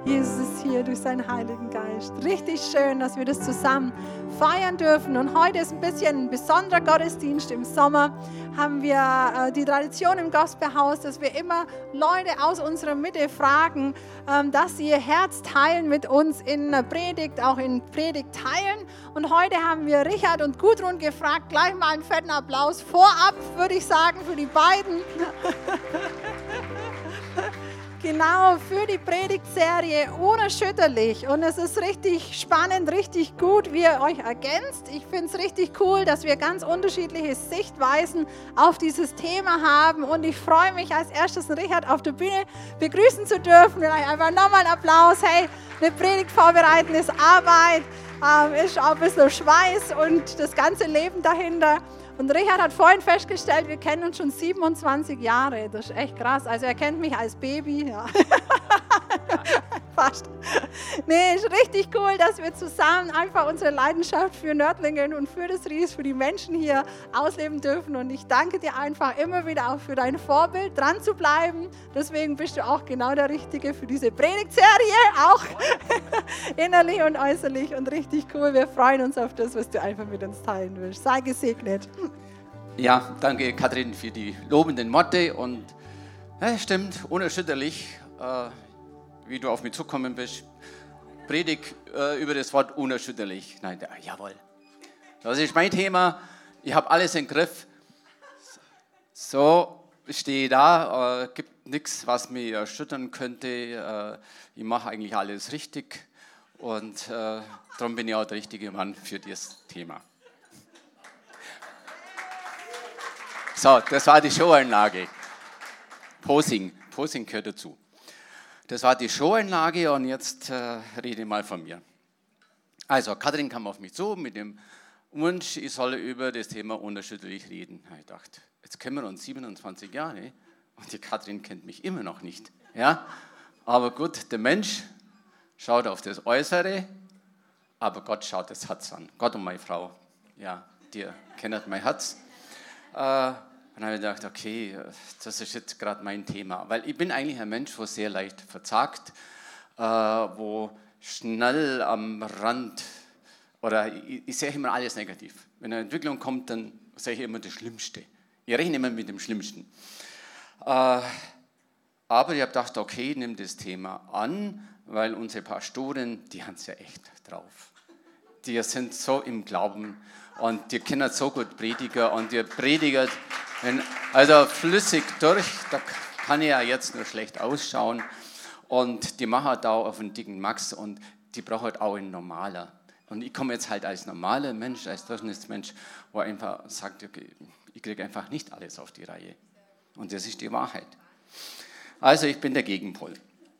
Jesus ist hier durch seinen Heiligen Geist. Richtig schön, dass wir das zusammen feiern dürfen. Und heute ist ein bisschen ein besonderer Gottesdienst. Im Sommer haben wir die Tradition im Gospelhaus, dass wir immer Leute aus unserer Mitte fragen, dass sie ihr Herz teilen mit uns in einer Predigt, auch in Predigt teilen. Und heute haben wir Richard und Gudrun gefragt. Gleich mal einen fetten Applaus vorab, würde ich sagen, für die beiden. Genau, für die Predigtserie Unerschütterlich. Und es ist richtig spannend, richtig gut, wie ihr euch ergänzt. Ich finde es richtig cool, dass wir ganz unterschiedliche Sichtweisen auf dieses Thema haben. Und ich freue mich, als erstes Richard auf der Bühne begrüßen zu dürfen. Vielleicht einfach nochmal einen Applaus. Hey, eine Predigt vorbereiten ist Arbeit, ist auch ein bisschen Schweiß und das ganze Leben dahinter. Und Richard hat vorhin festgestellt, wir kennen uns schon 27 Jahre. Das ist echt krass. Also er kennt mich als Baby. Ja. Fast. Nee, ist richtig cool, dass wir zusammen einfach unsere Leidenschaft für Nördlingen und für das Ries, für die Menschen hier ausleben dürfen. Und ich danke dir einfach immer wieder auch für dein Vorbild, dran zu bleiben. Deswegen bist du auch genau der Richtige für diese Predigtserie, auch innerlich und äußerlich. Und richtig cool. Wir freuen uns auf das, was du einfach mit uns teilen willst. Sei gesegnet. Ja, danke Kathrin für die lobenden Worte und ja, stimmt, unerschütterlich, wie du auf mich zukommen bist. Predigt über das Wort unerschütterlich. Nein, jawohl. Das ist mein Thema. Ich habe alles im Griff. So, ich stehe da, gibt nichts, was mich erschüttern könnte. Ich mache eigentlich alles richtig und darum bin ich auch der richtige Mann für das Thema. So, das war die Showanlage. Posing gehört dazu. Das war die Showanlage und jetzt rede ich mal von mir. Also, Kathrin kam auf mich zu mit dem Wunsch, ich soll über das Thema unerschütterlich reden. Ich dachte, jetzt kennen wir uns 27 Jahre und die Kathrin kennt mich immer noch nicht. Ja? Aber gut, der Mensch schaut auf das Äußere, aber Gott schaut das Herz an. Gott und meine Frau, ja, die kennen mein Herz. Und dann habe ich gedacht, okay, das ist jetzt gerade mein Thema. Weil ich bin eigentlich ein Mensch, wo sehr leicht verzagt, wo schnell am Rand, oder ich sehe immer alles negativ. Wenn eine Entwicklung kommt, dann sehe ich immer das Schlimmste. Ich rechne immer mit dem Schlimmsten. Aber ich habe gedacht, okay, nimm das Thema an, weil unsere Pastoren, die haben es ja echt drauf. Die sind so im Glauben und die können so gut predigen und die predigen also flüssig durch, da kann ich ja jetzt nur schlecht ausschauen und die machen da auf einen dicken Max und die brauchen halt auch einen normaler. Und ich komme jetzt halt als normaler Mensch, als Durchschnittsmensch, wo einfach sagt, okay, ich kriege einfach nicht alles auf die Reihe. Und das ist die Wahrheit. Also ich bin der Gegenpol.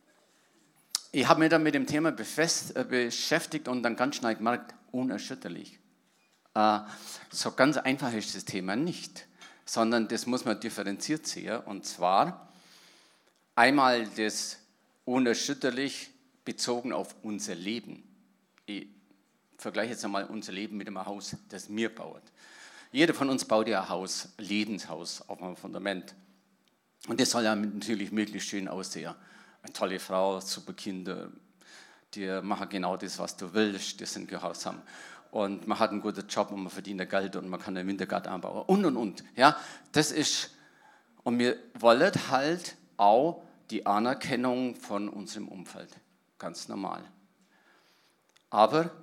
Ich habe mich dann mit dem Thema beschäftigt und dann ganz schnell gemerkt, unerschütterlich. So ganz einfach ist das Thema nicht, sondern das muss man differenziert sehen. Und zwar einmal das unerschütterlich bezogen auf unser Leben. Ich vergleiche jetzt einmal unser Leben mit einem Haus, das wir bauen. Jeder von uns baut ja ein Haus, ein Lebenshaus auf einem Fundament. Und das soll ja natürlich möglichst schön aussehen. Eine tolle Frau, super Kinder, die machen genau das, was du willst, die sind gehorsam. Und man hat einen guten Job und man verdient Geld und man kann einen Wintergarten anbauen und. Ja, das ist, und wir wollen halt auch die Anerkennung von unserem Umfeld, ganz normal. Aber,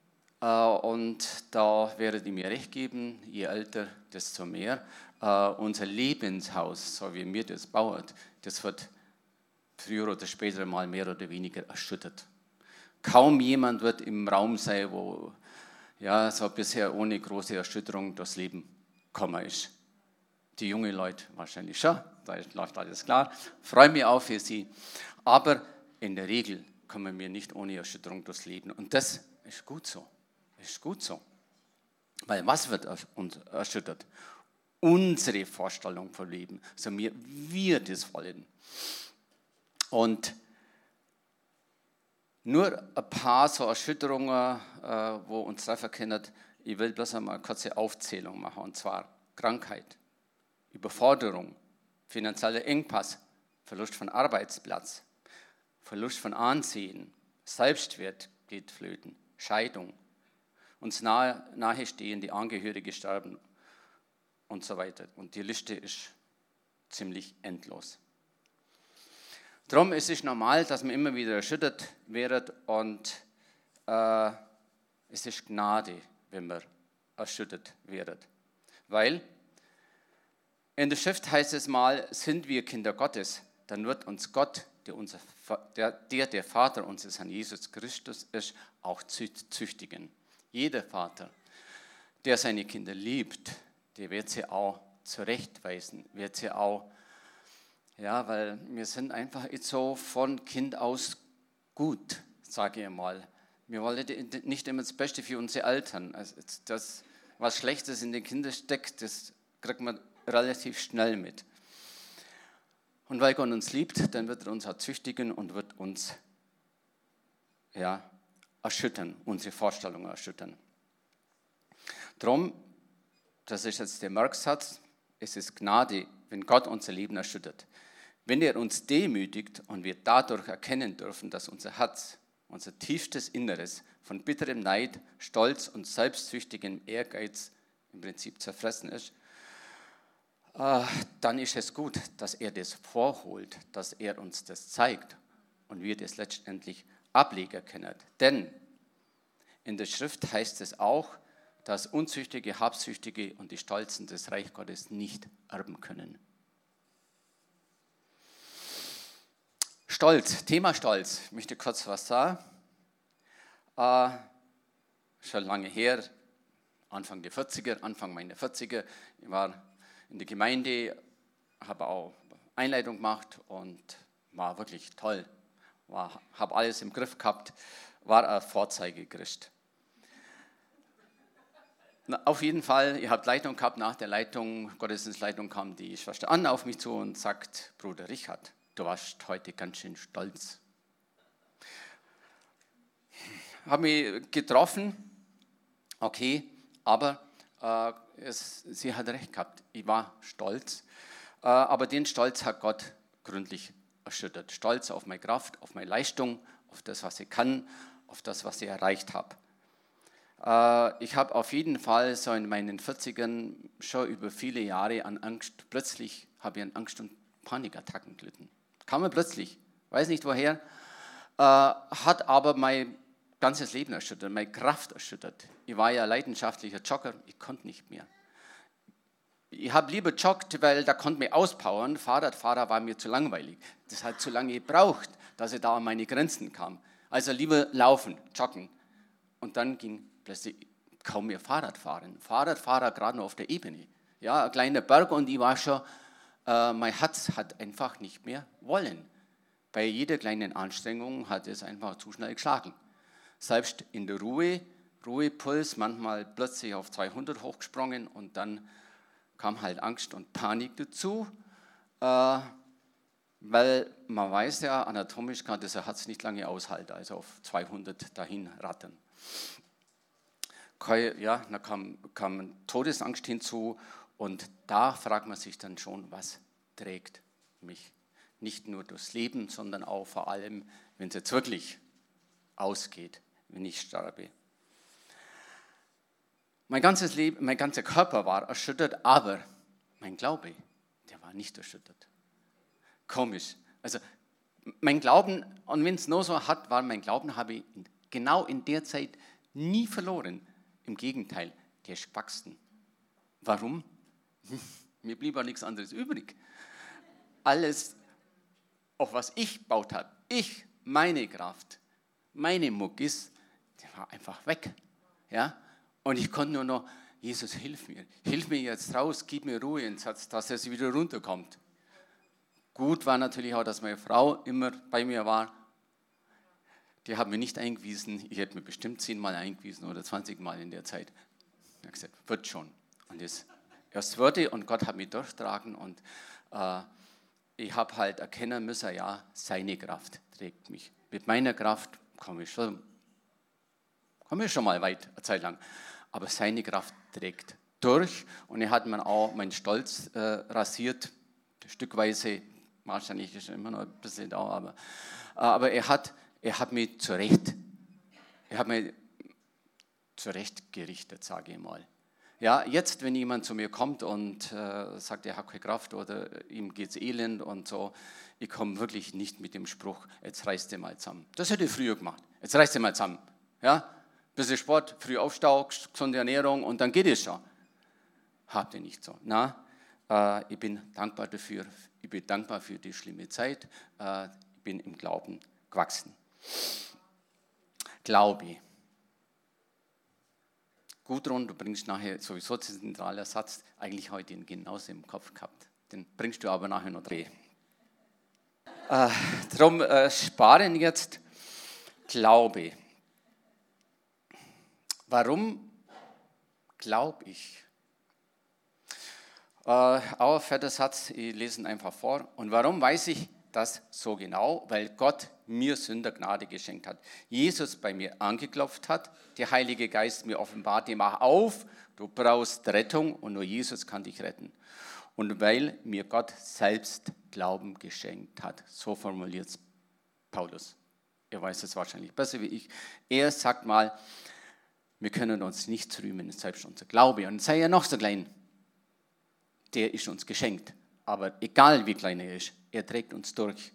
und da werdet ihr mir recht geben, je älter, desto mehr, unser Lebenshaus, so wie wir das bauen, das wird früher oder später mal mehr oder weniger erschüttert. Kaum jemand wird im Raum sein, wo ja, so bisher ohne große Erschütterung durchs Leben gekommen ist. Die jungen Leute wahrscheinlich schon, da läuft alles klar. Freue mich auch für sie. Aber in der Regel kommen wir nicht ohne Erschütterung durchs Leben. Und das ist gut so. Ist gut so. Weil was wird uns erschüttert? Unsere Vorstellung vom Leben, so wie wir das wollen. Und nur ein paar so Erschütterungen, wo uns treffen können. Ich will bloß einmal eine kurze Aufzählung machen. Und zwar Krankheit, Überforderung, finanzieller Engpass, Verlust von Arbeitsplatz, Verlust von Ansehen, Selbstwert geht flöten, Scheidung, uns nahestehende Angehörige sterben und so weiter. Und die Liste ist ziemlich endlos. Darum ist es normal, dass man immer wieder erschüttert wird und es ist Gnade, wenn man erschüttert wird. Weil in der Schrift heißt es mal, sind wir Kinder Gottes, dann wird uns Gott, der Vater unseres Herrn Jesus Christus ist, auch züchtigen. Jeder Vater, der seine Kinder liebt, der wird sie auch zurechtweisen, wird sie auch, ja, weil wir sind einfach jetzt so von Kind aus gut, sage ich mal. Wir wollen nicht immer das Beste für unsere Eltern. Also das, was Schlechtes in den Kindern steckt, das kriegt man relativ schnell mit. Und weil Gott uns liebt, dann wird er uns auch züchtigen und wird uns erschüttern, unsere Vorstellungen erschüttern. Drum, das ist jetzt der Merksatz, es ist Gnade, wenn Gott unser Leben erschüttert. Wenn er uns demütigt und wir dadurch erkennen dürfen, dass unser Herz, unser tiefstes Inneres von bitterem Neid, Stolz und selbstsüchtigem Ehrgeiz im Prinzip zerfressen ist, dann ist es gut, dass er das vorholt, dass er uns das zeigt und wir das letztendlich ablegen können. Denn in der Schrift heißt es auch, dass Unzüchtige, Habsüchtige und die Stolzen des Reich Gottes nicht erben können. Stolz, Thema Stolz. Ich möchte kurz was sagen. Schon lange her, Anfang meiner 40er, ich war in der Gemeinde, habe auch Einleitung gemacht und war wirklich toll. Habe alles im Griff gehabt, war ein Vorzeigechrist. Auf jeden Fall, ich habe Leitung gehabt, nach der Gottesdienstleitung kam die Schwester Anna auf mich zu und sagt, Bruder Richard, du warst heute ganz schön stolz. Habe mich getroffen, okay, aber sie hat recht gehabt, ich war stolz, aber den Stolz hat Gott gründlich erschüttert. Stolz auf meine Kraft, auf meine Leistung, auf das, was ich kann, auf das, was ich erreicht habe. Ich habe auf jeden Fall so in meinen 40ern schon über viele Jahre an Angst, plötzlich habe ich an Angst- und Panikattacken gelitten. Kam mir plötzlich, weiß nicht woher, hat aber mein ganzes Leben erschüttert, meine Kraft erschüttert. Ich war ja leidenschaftlicher Jogger, ich konnte nicht mehr. Ich habe lieber joggt, weil da konnte ich mich auspowern. Fahrradfahrer war mir zu langweilig. Das hat zu lange gebraucht, dass ich da an meine Grenzen kam. Also lieber laufen, joggen. Und dann ging plötzlich kaum mehr Fahrradfahren. Fahrradfahrer gerade noch auf der Ebene. Ja, ein kleiner Berg und ich war schon, mein Herz hat einfach nicht mehr wollen. Bei jeder kleinen Anstrengung hat es einfach zu schnell geschlagen. Selbst in der Ruhepuls, manchmal plötzlich auf 200 hochgesprungen und dann kam halt Angst und Panik dazu, weil man weiß ja, anatomisch kann das Herz nicht lange aushalten, also auf 200 dahin rattern. Ja, da kam Todesangst hinzu und da fragt man sich dann schon, was trägt mich? Nicht nur durchs Leben, sondern auch vor allem, wenn es jetzt wirklich ausgeht, wenn ich sterbe. Mein ganzes Leben, mein ganzer Körper war erschüttert, aber mein Glaube, der war nicht erschüttert. Komisch. Also mein Glauben, und wenn es nur so hat, war mein Glauben, habe ich genau in der Zeit nie verloren. Im Gegenteil, der ist gewachsen. Warum? Mir blieb auch nichts anderes übrig. Alles, auf was ich gebaut habe, meine Kraft, meine Muckis, der war einfach weg. Ja? Und ich konnte nur noch, Jesus, hilf mir jetzt raus, gib mir Ruhe ins Herz, dass es wieder runterkommt. Gut war natürlich auch, dass meine Frau immer bei mir war. Die hat mich nicht eingewiesen, ich hätte mich bestimmt 10 Mal eingewiesen oder 20 Mal in der Zeit. Ich habe gesagt, wird schon. Und es wurde und Gott hat mich durchtragen und ich habe halt erkennen müssen, ja, seine Kraft trägt mich. Mit meiner Kraft komme ich schon mal weit, eine Zeit lang. Aber seine Kraft trägt durch und er hat mir auch meinen Stolz rasiert, stückweise, wahrscheinlich ist er immer noch ein bisschen da, Aber er hat mich zurechtgerichtet, sage ich mal. Ja, jetzt, wenn jemand zu mir kommt und sagt, er hat keine Kraft oder ihm geht es elend und so, ich komme wirklich nicht mit dem Spruch, jetzt reißt dir mal zusammen. Das hätte ich früher gemacht. Jetzt reißt dir mal zusammen. Ja? Bisschen Sport, früh Aufstau, gesunde Ernährung und dann geht es schon. Habt ihr nicht so. Na, ich bin dankbar dafür. Ich bin dankbar für die schlimme Zeit. Ich bin im Glauben gewachsen. Glaube. Gudrun, du bringst nachher sowieso den zentralen Satz, eigentlich heute ihn genauso im Kopf gehabt. Den bringst du aber nachher noch drin. Darum sparen jetzt Glaube. Warum glaube ich? Auch für den Satz, ich lese ihn einfach vor. Und warum weiß ich das so genau? Weil Gott mir Sünder Gnade geschenkt hat. Jesus bei mir angeklopft hat, der Heilige Geist mir offenbart, mach auf, du brauchst Rettung und nur Jesus kann dich retten. Und weil mir Gott selbst Glauben geschenkt hat, so formuliert es Paulus. Er weiß es wahrscheinlich besser wie ich. Er sagt mal, wir können uns nicht rühmen, selbst unser Glaube. Und sei er noch so klein, der ist uns geschenkt. Aber egal wie klein er ist, er trägt uns durch.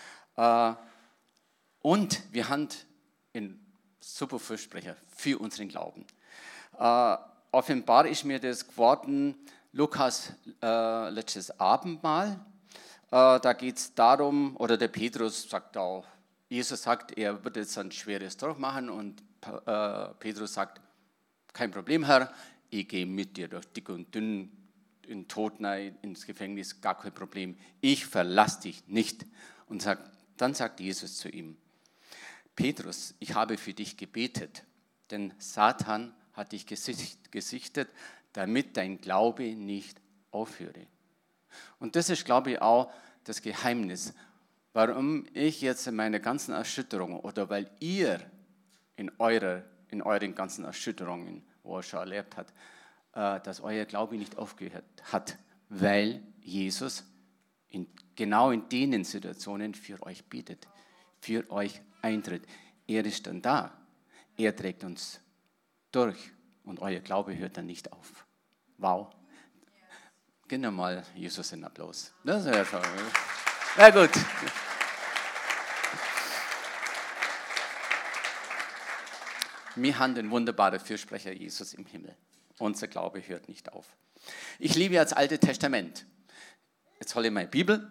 Und wir haben einen super Fürsprecher für unseren Glauben. Offenbar ist mir das geworden, Lukas letztes Abendmahl. Da geht es darum, oder der Petrus sagt auch, Jesus sagt, er wird jetzt ein schweres durchmachen und Petrus sagt, kein Problem, Herr, ich gehe mit dir durch dick und dünn, in den Tod, ins Gefängnis, gar kein Problem. Ich verlasse dich nicht. Und dann sagt Jesus zu ihm, Petrus, ich habe für dich gebetet, denn Satan hat dich gesichtet, damit dein Glaube nicht aufhöre. Und das ist, glaube ich, auch das Geheimnis, warum ich jetzt in meiner ganzen Erschütterung oder weil ihr in euren ganzen Erschütterungen, wo ihr schon erlebt habt, dass euer Glaube nicht aufgehört hat, weil Jesus genau in denen Situationen für euch betet, für euch eintritt. Er ist dann da. Er trägt uns durch und euer Glaube hört dann nicht auf. Wow. Gib mir mal Jesus einen Applaus. Das ist ja schon. Ja, gut. Wir haben den wunderbaren Fürsprecher Jesus im Himmel. Unser Glaube hört nicht auf. Ich liebe das Alte Testament. Jetzt hole ich meine Bibel.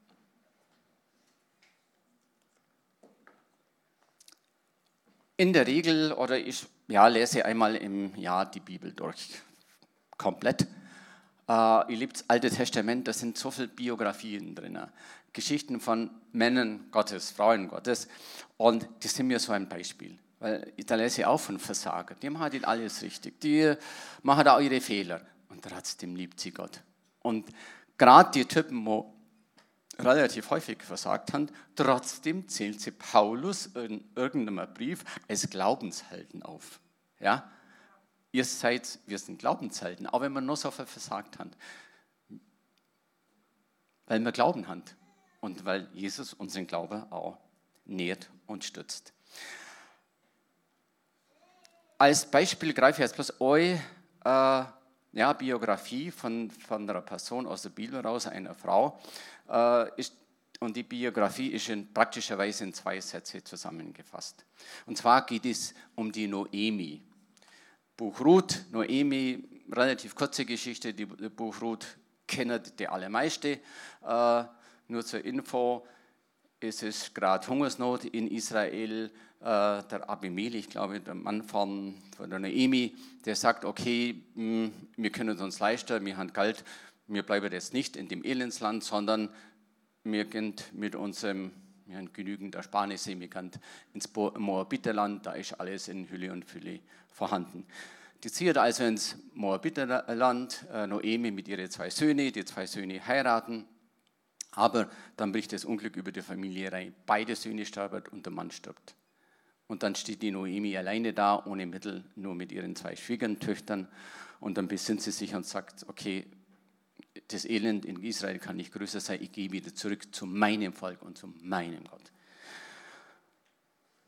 In der Regel, oder ich lese einmal im Jahr die Bibel durch. Komplett. Ich liebe das Alte Testament, da sind so viele Biografien drin. Geschichten von Männern Gottes, Frauen Gottes. Und die sind mir so ein Beispiel. Weil da lese ich auch von Versager. Die machen nicht alles richtig. Die machen auch ihre Fehler. Und trotzdem liebt sie Gott. Und gerade die Typen, die relativ häufig versagt haben, trotzdem zählt sie Paulus in irgendeinem Brief als Glaubenshelden auf. Ja? Wir sind Glaubenshelden, auch wenn wir noch so viel versagt haben. Weil wir Glauben haben. Und weil Jesus unseren Glauben auch nährt und stützt. Als Beispiel greife ich jetzt bloß eure Biografie von einer Person aus der Bibel raus, einer Frau. Und die Biografie ist praktischerweise in 2 Sätze zusammengefasst. Und zwar geht es um die Noemi. Buch Ruth, Noemi, relativ kurze Geschichte, die Buch Ruth kennt die allermeiste. Nur zur Info, es ist gerade Hungersnot in Israel. Der Abimelech, glaube ich, der Mann von der Noemi, der sagt, okay, wir können es uns leisten, wir haben Geld, wir bleiben jetzt nicht in dem Elendsland, sondern wir gehen mit unserem, wir haben genügend Ersparnisse, wir gehen ins Moabiterland, da ist alles in Hülle und Fülle vorhanden. Die zieht also ins Moabiterland, Noemi mit ihren 2 Söhnen, die 2 Söhne heiraten, aber dann bricht das Unglück über die Familie rein. Beide Söhne sterben und der Mann stirbt. Und dann steht die Noemi alleine da, ohne Mittel, nur mit ihren 2 Schwiegertöchtern. Und dann besinnt sie sich und sagt, okay, das Elend in Israel kann nicht größer sein, ich gehe wieder zurück zu meinem Volk und zu meinem Gott.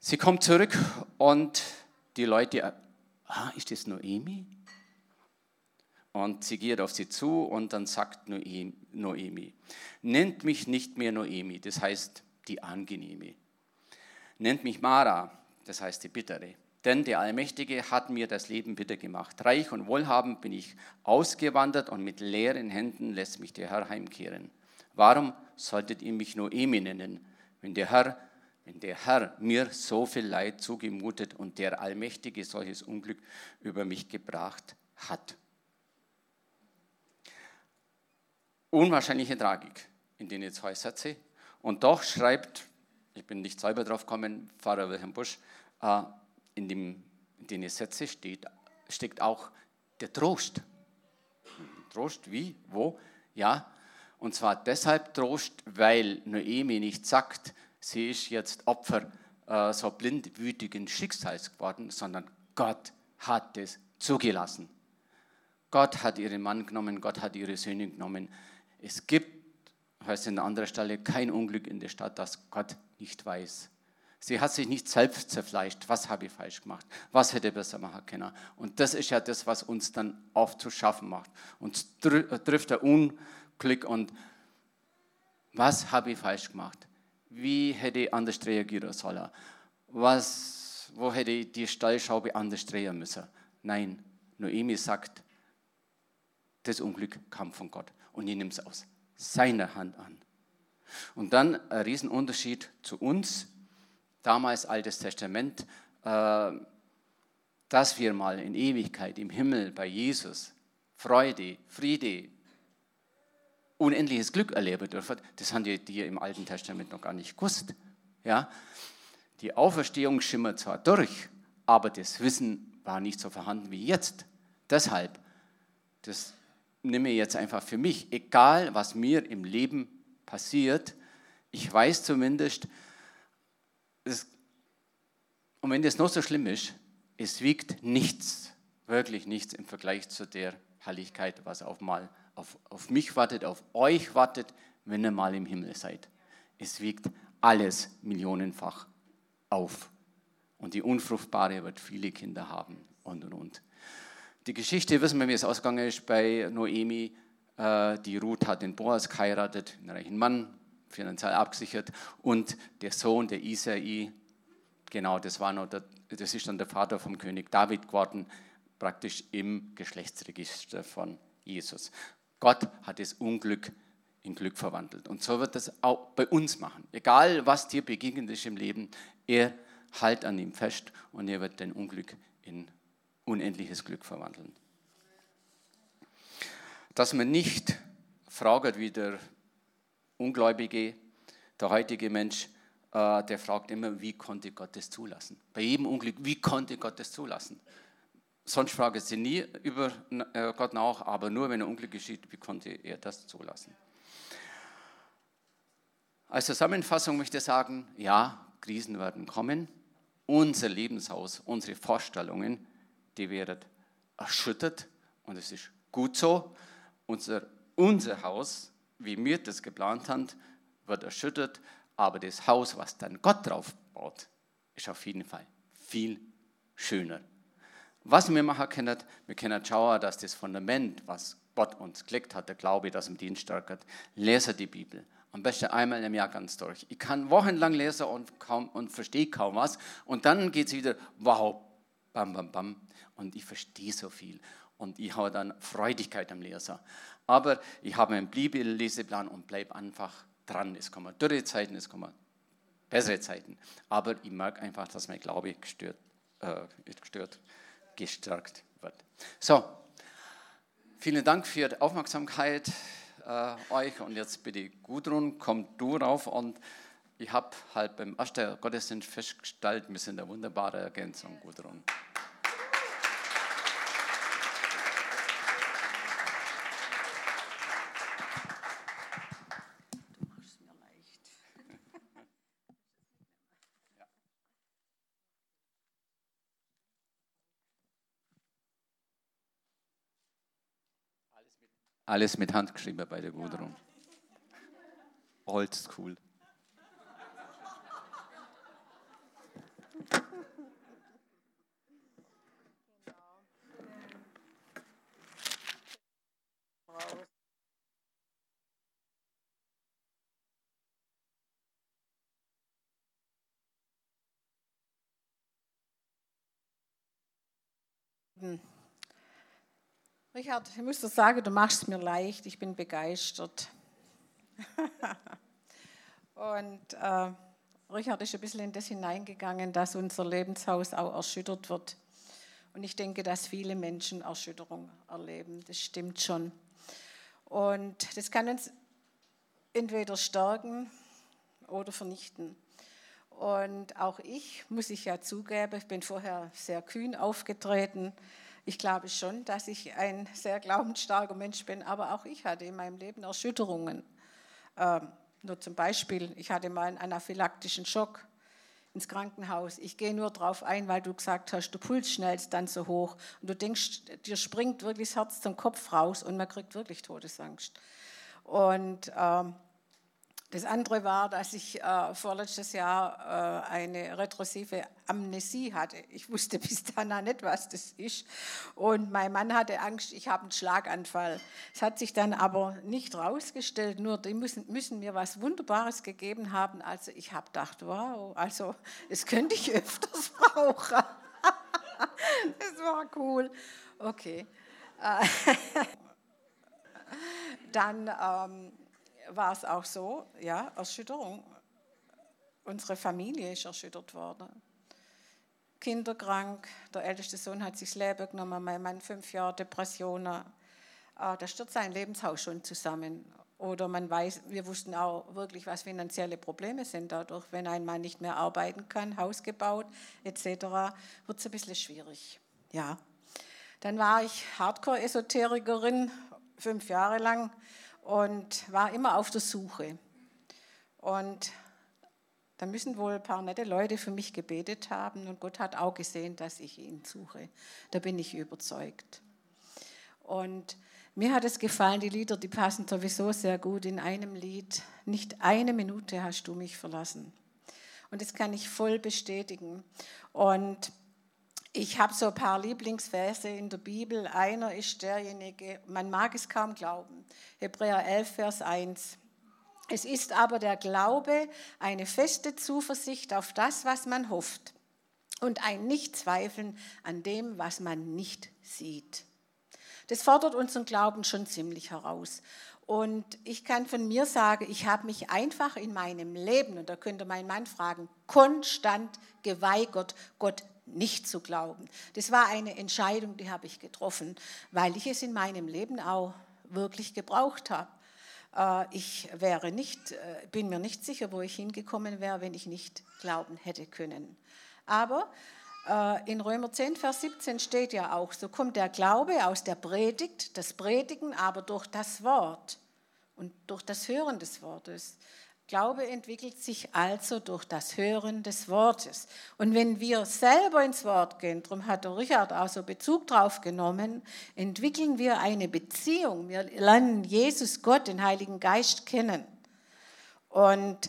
Sie kommt zurück und die Leute, ist das Noemi? Und sie geht auf sie zu und dann sagt Noemi, nennt mich nicht mehr Noemi, das heißt die Angenehme. Nennt mich Mara, das heißt die Bittere. Denn der Allmächtige hat mir das Leben bitter gemacht. Reich und wohlhabend bin ich ausgewandert und mit leeren Händen lässt mich der Herr heimkehren. Warum solltet ihr mich Noemi nennen, wenn der Herr mir so viel Leid zugemutet und der Allmächtige solches Unglück über mich gebracht hat? Unwahrscheinliche Tragik in den 2 Sätze. Und doch schreibt, ich bin nicht selber drauf gekommen, Pfarrer Wilhelm Busch, in den Sätzen steckt auch der Trost. Trost, wie, wo? Ja, und zwar deshalb Trost, weil Noemi nicht sagt, sie ist jetzt Opfer so blindwütigen Schicksals geworden, sondern Gott hat es zugelassen. Gott hat ihren Mann genommen, Gott hat ihre Söhne genommen. Es gibt, heißt an anderer Stelle, kein Unglück in der Stadt, das Gott nicht weiß. Sie hat sich nicht selbst zerfleischt. Was habe ich falsch gemacht? Was hätte ich besser machen können? Und das ist ja das, was uns dann oft zu schaffen macht. Uns trifft der Unglück und was habe ich falsch gemacht? Wie hätte ich anders reagieren sollen? Wo hätte ich die Stellschraube anders drehen müssen? Nein, Noemi sagt, das Unglück kam von Gott und ich nehme es aus seiner Hand an. Und dann ein Riesenunterschied zu uns, damals Altes Testament, dass wir mal in Ewigkeit im Himmel bei Jesus Freude, Friede, unendliches Glück erleben dürfen, das haben die im Alten Testament noch gar nicht gewusst. Ja? Die Auferstehung schimmert zwar durch, aber das Wissen war nicht so vorhanden wie jetzt. Deshalb, das nehme ich jetzt einfach für mich, egal was mir im Leben passiert, ich weiß zumindest, und wenn das noch so schlimm ist, es wiegt nichts, wirklich nichts im Vergleich zu der Herrlichkeit, was auf mich wartet, auf euch wartet, wenn ihr mal im Himmel seid. Es wiegt alles millionenfach auf. Und die Unfruchtbare wird viele Kinder haben und. Die Geschichte, wissen wir, wie es ausgegangen ist bei Noemi. Die Ruth hat den Boas geheiratet, einen reichen Mann, finanziell abgesichert. Und der Sohn, der Isai, genau, das ist dann der Vater vom König David geworden, praktisch im Geschlechtsregister von Jesus. Gott hat das Unglück in Glück verwandelt. Und so wird das auch bei uns machen. Egal, was dir begegnet ist im Leben, er hält an ihm fest und er wird dein Unglück in unendliches Glück verwandeln. Dass man nicht fragt, wie der Ungläubige, der heutige Mensch, der fragt immer, wie konnte Gott das zulassen? Bei jedem Unglück, wie konnte Gott das zulassen? Sonst fragen sie nie über Gott nach, aber nur wenn ein Unglück geschieht, wie konnte er das zulassen? Als Zusammenfassung möchte ich sagen, ja, Krisen werden kommen. Unser Lebenshaus, unsere Vorstellungen, die werden erschüttert und es ist gut so. Unser Haus, wie wir das geplant haben, wird erschüttert, aber das Haus, was dann Gott drauf baut, ist auf jeden Fall viel schöner. Was wir machen können, wir können schauen, dass das Fundament, was Gott uns gelegt hat, der Glaube, das im Dienst stärkt, lese die Bibel. Am besten einmal im Jahr ganz durch. Ich kann wochenlang lesen und verstehe kaum was. Und dann geht es wieder, wow, bam, bam, bam. Und ich verstehe so viel. Und ich habe dann Freudigkeit am Lesen. Aber ich habe einen Bibelleseplan und bleibe einfach dran. Es kommen dürre Zeiten, es kommen bessere Zeiten. Aber ich merke einfach, dass mein Glaube gestärkt wird. So, vielen Dank für die Aufmerksamkeit euch. Und jetzt bitte Gudrun, komm du rauf. Und ich habe halt beim ersten Gottesdienst festgestellt, wir sind eine wunderbare Ergänzung, Gudrun. Alles mit Hand geschrieben bei der Gudrun. Old school. beten. Richard, ich muss dir sagen, du machst es mir leicht, ich bin begeistert. Und Richard ist ein bisschen in das hineingegangen, dass unser Lebenshaus auch erschüttert wird. Und ich denke, dass viele Menschen Erschütterung erleben, das stimmt schon. Und das kann uns entweder stärken oder vernichten. Und auch ich, muss ich ja zugeben, ich bin vorher sehr kühn aufgetreten. Ich glaube schon, dass ich ein sehr glaubensstarker Mensch bin, aber auch ich hatte in meinem Leben Erschütterungen. Nur zum Beispiel, ich hatte mal einen anaphylaktischen Schock ins Krankenhaus. Ich gehe nur darauf ein, weil du gesagt hast, der Puls schnellt dann so hoch und du denkst, dir springt wirklich das Herz zum Kopf raus und man kriegt wirklich Todesangst. Und das andere war, dass ich vorletztes Jahr eine retrosive Amnesie hatte. Ich wusste bis dahin nicht, was das ist. Und mein Mann hatte Angst, ich habe einen Schlaganfall. Es hat sich dann aber nicht rausgestellt, nur die müssen mir was Wunderbares gegeben haben. Also ich habe gedacht, wow, also das könnte ich öfters brauchen. Das war cool. Okay. Dann war es auch so, ja, Erschütterung. Unsere Familie ist erschüttert worden. Kinder krank, der älteste Sohn hat sich das Leben genommen, mein Mann 5 Jahre Depressionen. Da stürzt sein Lebenshaus schon zusammen. Oder wir wussten auch wirklich, was finanzielle Probleme sind dadurch, wenn ein Mann nicht mehr arbeiten kann, Haus gebaut etc., wird es ein bisschen schwierig. Ja. Dann war ich Hardcore-Esoterikerin, 5 Jahre lang, und war immer auf der Suche. Und da müssen wohl ein paar nette Leute für mich gebetet haben und Gott hat auch gesehen, dass ich ihn suche. Da bin ich überzeugt. Und mir hat es gefallen, die Lieder, die passen sowieso sehr gut in einem Lied. Nicht eine Minute hast du mich verlassen. Und das kann ich voll bestätigen. Und ich habe so ein paar Lieblingsverse in der Bibel. Einer ist derjenige, man mag es kaum glauben, Hebräer 11, Vers 1. Es ist aber der Glaube eine feste Zuversicht auf das, was man hofft und ein Nichtzweifeln an dem, was man nicht sieht. Das fordert unseren Glauben schon ziemlich heraus. Und ich kann von mir sagen, ich habe mich einfach in meinem Leben, und da könnte mein Mann fragen, konstant geweigert, Gott nicht zu glauben. Das war eine Entscheidung, die habe ich getroffen, weil ich es in meinem Leben auch wirklich gebraucht habe. Ich bin mir nicht sicher, wo ich hingekommen wäre, wenn ich nicht glauben hätte können. Aber in Römer 10, Vers 17 steht ja auch, so kommt der Glaube aus der Predigt, das Predigen aber durch das Wort und durch das Hören des Wortes. Glaube entwickelt sich also durch das Hören des Wortes. Und wenn wir selber ins Wort gehen, darum hat der Richard auch so Bezug drauf genommen, entwickeln wir eine Beziehung. Wir lernen Jesus, Gott, den Heiligen Geist kennen. Und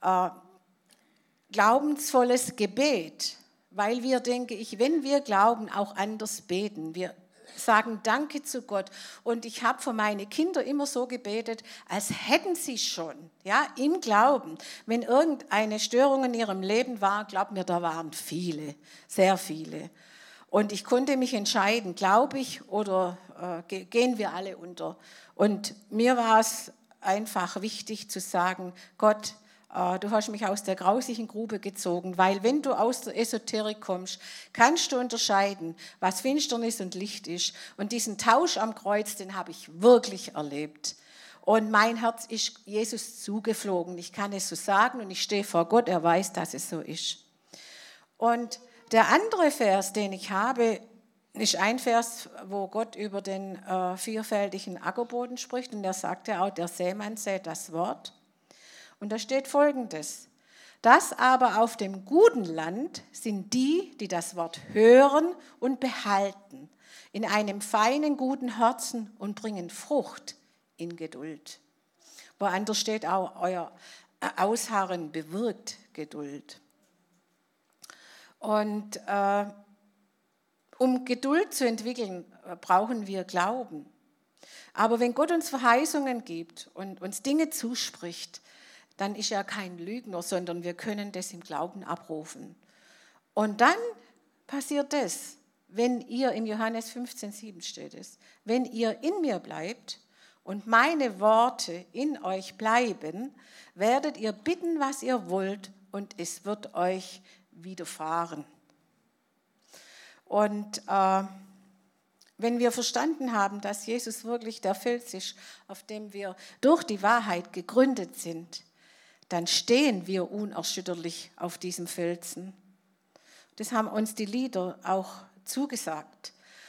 glaubensvolles Gebet, weil wir, denke ich, wenn wir glauben, auch anders beten. Wir sagen Danke zu Gott. Und ich habe für meine Kinder immer so gebetet, als hätten sie schon, ja, im Glauben. Wenn irgendeine Störung in ihrem Leben war, glaub mir, da waren viele, sehr viele. Und ich konnte mich entscheiden, glaube ich oder gehen wir alle unter. Und mir war es einfach wichtig zu sagen, Gott, du hast mich aus der grausigen Grube gezogen, weil wenn du aus der Esoterik kommst, kannst du unterscheiden, was Finsternis und Licht ist. Und diesen Tausch am Kreuz, den habe ich wirklich erlebt. Und mein Herz ist Jesus zugeflogen. Ich kann es so sagen und ich stehe vor Gott, er weiß, dass es so ist. Und der andere Vers, den ich habe, ist ein Vers, wo Gott über den vierfältigen Ackerboden spricht. Und da sagt er auch, der Sämann sät das Wort. Und da steht Folgendes: Das aber auf dem guten Land sind die, die das Wort hören und behalten, in einem feinen, guten Herzen und bringen Frucht in Geduld. Woanders steht auch, euer Ausharren bewirkt Geduld. Und um Geduld zu entwickeln, brauchen wir Glauben. Aber wenn Gott uns Verheißungen gibt und uns Dinge zuspricht, dann ist er kein Lügner, sondern wir können das im Glauben abrufen. Und dann passiert das. wenn ihr, im Johannes 15,7 steht es, wenn ihr in mir bleibt und meine Worte in euch bleiben, werdet ihr bitten, was ihr wollt, und es wird euch widerfahren. Und wenn wir verstanden haben, dass Jesus wirklich der Fels ist, auf dem wir durch die Wahrheit gegründet sind, dann stehen wir unerschütterlich auf diesem Felsen. Das haben uns die Lieder auch zugesagt.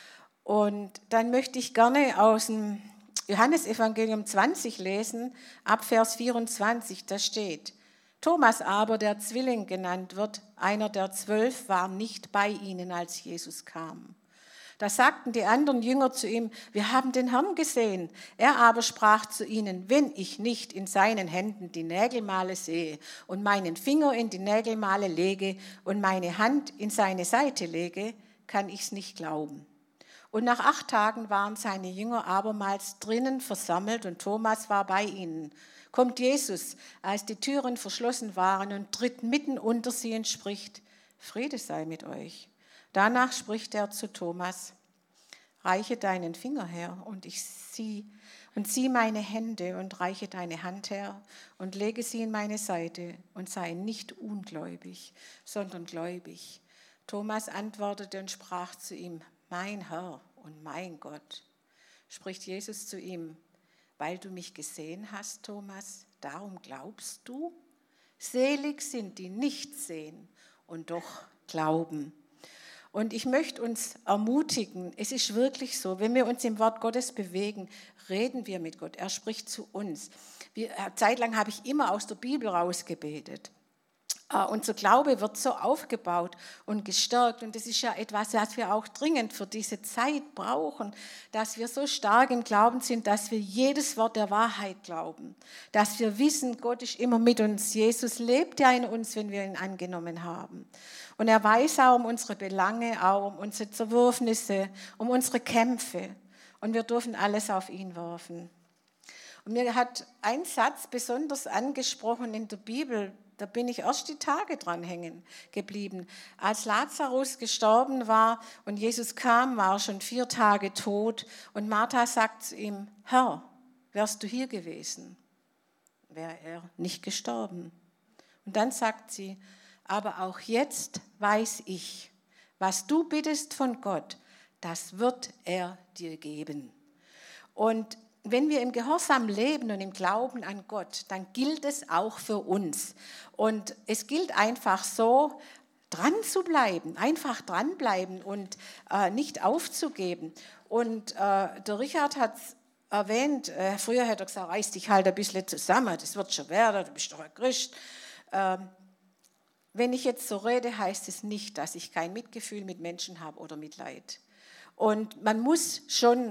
Und dann möchte ich gerne aus dem Johannesevangelium 20 lesen, ab Vers 24, da steht: Thomas aber, der Zwilling genannt wird, einer der 12, war nicht bei ihnen, als Jesus kam. Da sagten die anderen Jünger zu ihm: Wir haben den Herrn gesehen. Er aber sprach zu ihnen: Wenn ich nicht in seinen Händen die Nägelmale sehe und meinen Finger in die Nägelmale lege und meine Hand in seine Seite lege, kann ich's nicht glauben. Und nach 8 Tagen waren seine Jünger abermals drinnen versammelt und Thomas war bei ihnen. Kommt Jesus, als die Türen verschlossen waren, und tritt mitten unter sie und spricht: Friede sei mit euch. Danach spricht er zu Thomas: Reiche deinen Finger her und sieh meine Hände und reiche deine Hand her und lege sie in meine Seite und sei nicht ungläubig, sondern gläubig. Thomas antwortete und sprach zu ihm: Mein Herr und mein Gott. Spricht Jesus zu ihm: Weil du mich gesehen hast, Thomas, darum glaubst du? Selig sind die nicht sehen und doch glauben. Und ich möchte uns ermutigen, es ist wirklich so, wenn wir uns im Wort Gottes bewegen, reden wir mit Gott. Er spricht zu uns. Zeitlang habe ich immer aus der Bibel rausgebetet. Unser Glaube wird so aufgebaut und gestärkt, und das ist ja etwas, was wir auch dringend für diese Zeit brauchen, dass wir so stark im Glauben sind, dass wir jedes Wort der Wahrheit glauben, dass wir wissen, Gott ist immer mit uns, Jesus lebt ja in uns, wenn wir ihn angenommen haben, und er weiß auch um unsere Belange, auch um unsere Zerwürfnisse, um unsere Kämpfe, und wir dürfen alles auf ihn werfen. Und mir hat ein Satz besonders angesprochen in der Bibel. Da bin ich erst die Tage dran hängen geblieben. Als Lazarus gestorben war und Jesus kam, war er schon 4 Tage tot. Und Martha sagt zu ihm: Herr, wärst du hier gewesen, wäre er nicht gestorben. Und dann sagt sie: Aber auch jetzt weiß ich, was du bittest von Gott, das wird er dir geben. Und wenn wir im Gehorsam leben und im Glauben an Gott, dann gilt es auch für uns. Und es gilt einfach so, dran zu bleiben, einfach dranbleiben und nicht aufzugeben. Und der Richard hat es erwähnt, früher hätte er gesagt: reiß dich halt ein bisschen zusammen, das wird schon werden, du bist doch ein Christ. Wenn ich jetzt so rede, heißt es nicht, dass ich kein Mitgefühl mit Menschen habe oder Mitleid. Und man muss schon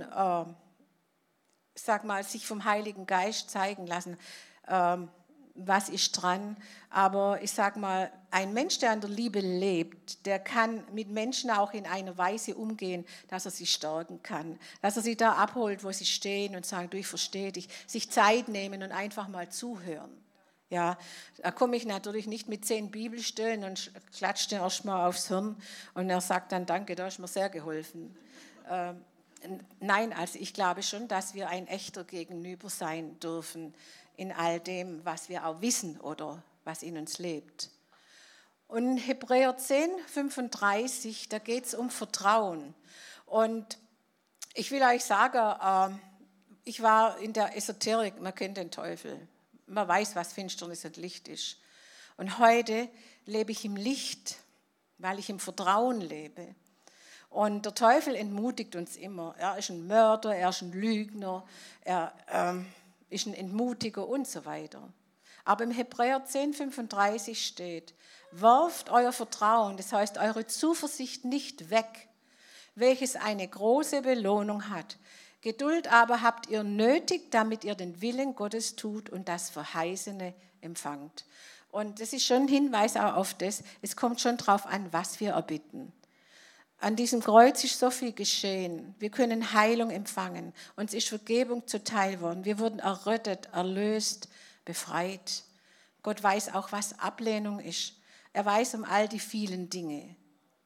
sich vom Heiligen Geist zeigen lassen, was ist dran. Aber ich sage mal, ein Mensch, der an der Liebe lebt, der kann mit Menschen auch in einer Weise umgehen, dass er sie stärken kann, dass er sie da abholt, wo sie stehen, und sagen: Du, ich verstehe dich, sich Zeit nehmen und einfach mal zuhören. Ja, da komme ich natürlich nicht mit 10 Bibelstellen und klatsche den erstmal aufs Hirn, und er sagt dann: Danke, da hast mir sehr geholfen. Nein, also ich glaube schon, dass wir ein echter Gegenüber sein dürfen in all dem, was wir auch wissen oder was in uns lebt. Und in Hebräer 10,35, da geht es um Vertrauen. Und ich will euch sagen, ich war in der Esoterik, man kennt den Teufel, man weiß, was Finsternis und Licht ist. Und heute lebe ich im Licht, weil ich im Vertrauen lebe. Und der Teufel entmutigt uns immer. Er ist ein Mörder, er ist ein Lügner, er ist ein Entmutiger und so weiter. Aber im Hebräer 10,35 steht: Werft euer Vertrauen, das heißt eure Zuversicht, nicht weg, welches eine große Belohnung hat. Geduld aber habt ihr nötig, damit ihr den Willen Gottes tut und das Verheißene empfangt. Und das ist schon ein Hinweis auch auf das, es kommt schon darauf an, was wir erbitten. An diesem Kreuz ist so viel geschehen. Wir können Heilung empfangen. Uns ist Vergebung zuteil worden. Wir wurden errettet, erlöst, befreit. Gott weiß auch, was Ablehnung ist. Er weiß um all die vielen Dinge.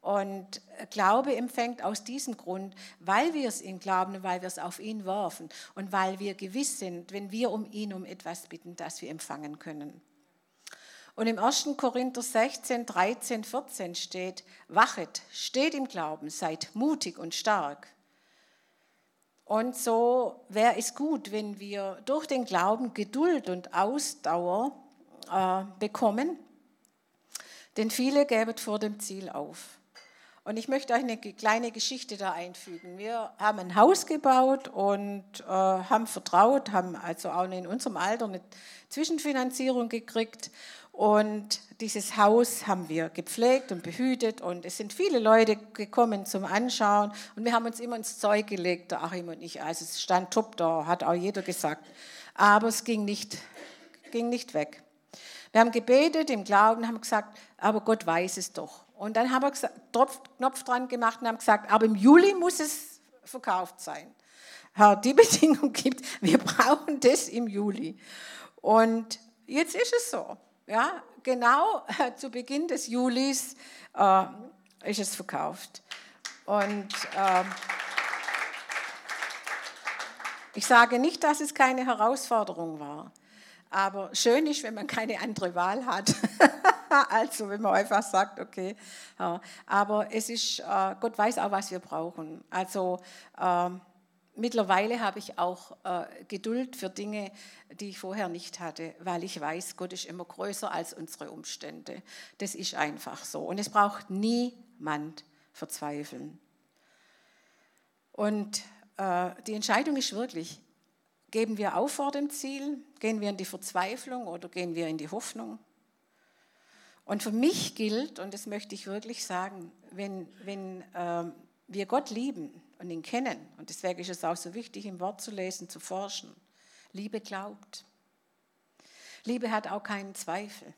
Und Glaube empfängt aus diesem Grund, weil wir es ihm glauben und weil wir es auf ihn werfen und weil wir gewiss sind, wenn wir um ihn um etwas bitten, dass wir empfangen können. Und im 1. Korinther 16, 13, 14 steht, wachet, steht im Glauben, seid mutig und stark. Und so wäre es gut, wenn wir durch den Glauben Geduld und Ausdauer bekommen, denn viele gäben vor dem Ziel auf. Und ich möchte euch eine kleine Geschichte da einfügen. Wir haben ein Haus gebaut und haben vertraut, haben also auch in unserem Alter eine Zwischenfinanzierung gekriegt. Und dieses Haus haben wir gepflegt und behütet. Und es sind viele Leute gekommen zum Anschauen. Und wir haben uns immer ins Zeug gelegt, der Achim und ich. Also es stand top da, hat auch jeder gesagt. Aber es ging nicht weg. Wir haben gebetet im Glauben, haben gesagt, aber Gott weiß es doch. Und dann haben wir Knopf dran gemacht und haben gesagt, aber im Juli muss es verkauft sein. Herr, die Bedingung gibt, wir brauchen das im Juli. Und jetzt ist es so. Ja, genau zu Beginn des Julis ist es verkauft. Und ich sage nicht, dass es keine Herausforderung war. Aber schön ist, wenn man keine andere Wahl hat. Also wenn man einfach sagt, okay. Ja. Aber es ist, Gott weiß auch, was wir brauchen. Also mittlerweile habe ich auch Geduld für Dinge, die ich vorher nicht hatte, weil ich weiß, Gott ist immer größer als unsere Umstände. Das ist einfach so. Und es braucht niemand verzweifeln. Und die Entscheidung ist wirklich, geben wir auf vor dem Ziel, gehen wir in die Verzweiflung oder gehen wir in die Hoffnung? Und für mich gilt, und das möchte ich wirklich sagen, wenn wir Gott lieben und ihn kennen, und deswegen ist es auch so wichtig, im Wort zu lesen, zu forschen, Liebe glaubt. Liebe hat auch keinen Zweifel.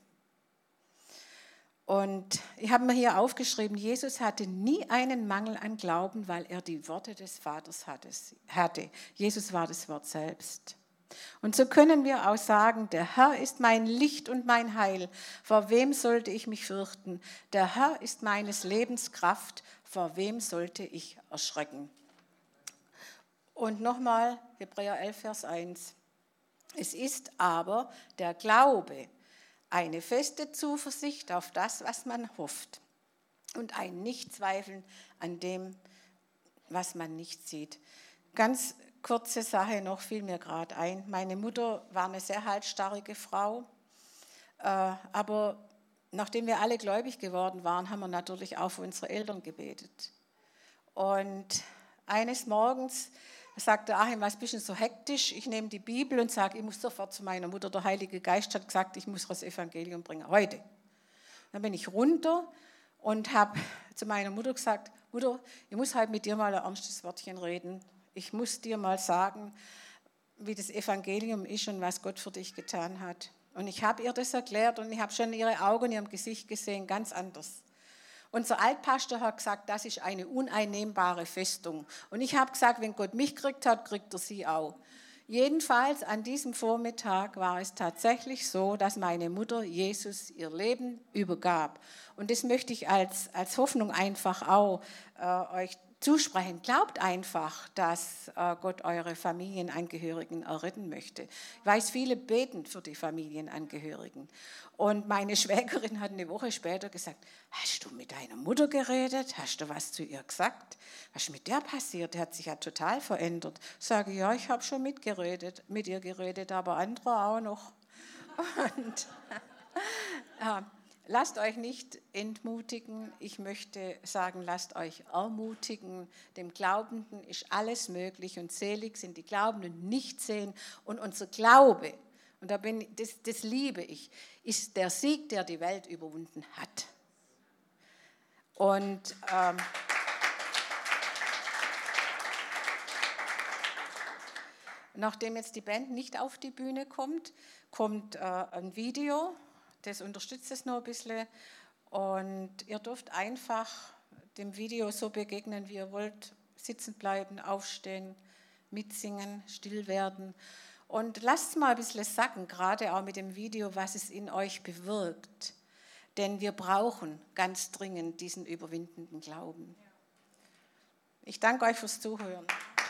Und ich habe mir hier aufgeschrieben, Jesus hatte nie einen Mangel an Glauben, weil er die Worte des Vaters hatte. Jesus war das Wort selbst. Und so können wir auch sagen, der Herr ist mein Licht und mein Heil. Vor wem sollte ich mich fürchten? Der Herr ist meines Lebens Kraft. Vor wem sollte ich erschrecken? Und nochmal Hebräer 11, Vers 1. Es ist aber der Glaube, eine feste Zuversicht auf das, was man hofft und ein Nichtzweifeln an dem, was man nicht sieht. Ganz kurze Sache noch, fiel mir gerade ein. Meine Mutter war eine sehr halsstarrige Frau, aber nachdem wir alle gläubig geworden waren, haben wir natürlich auch für unsere Eltern gebetet. Und eines Morgens sagte Achim, was bist du so hektisch? Ich nehme die Bibel und sage, ich muss sofort zu meiner Mutter. Der Heilige Geist hat gesagt, ich muss das Evangelium bringen, heute. Dann bin ich runter und habe zu meiner Mutter gesagt, Mutter, ich muss heute mit dir mal ein ernstes Wörtchen reden. Ich muss dir mal sagen, wie das Evangelium ist und was Gott für dich getan hat. Und ich habe ihr das erklärt und ich habe schon ihre Augen in ihrem Gesicht gesehen, ganz anders. Unser Altpastor hat gesagt, das ist eine uneinnehmbare Festung. Und ich habe gesagt, wenn Gott mich gekriegt hat, kriegt er sie auch. Jedenfalls an diesem Vormittag war es tatsächlich so, dass meine Mutter Jesus ihr Leben übergab. Und das möchte ich als Hoffnung einfach auch euch zusprechen. Glaubt einfach, dass Gott eure Familienangehörigen erretten möchte. Ich weiß, viele beten für die Familienangehörigen. Und meine Schwägerin hat eine Woche später gesagt, hast du mit deiner Mutter geredet? Hast du was zu ihr gesagt? Was ist mit der passiert? Der hat sich ja total verändert. Sage, ja, ich habe schon mit ihr geredet, aber andere auch noch. Und lasst euch nicht entmutigen. Ich möchte sagen, lasst euch ermutigen. Dem Glaubenden ist alles möglich und selig sind die Glaubenden nicht sehen. Und unser Glaube, und das liebe ich, ist der Sieg, der die Welt überwunden hat. Und nachdem jetzt die Band nicht auf die Bühne kommt, kommt ein Video. Das unterstützt es noch ein bisschen und ihr dürft einfach dem Video so begegnen, wie ihr wollt, sitzen bleiben, aufstehen, mitsingen, still werden und lasst mal ein bisschen sacken, gerade auch mit dem Video, was es in euch bewirkt. Denn wir brauchen ganz dringend diesen überwindenden Glauben. Ich danke euch fürs Zuhören.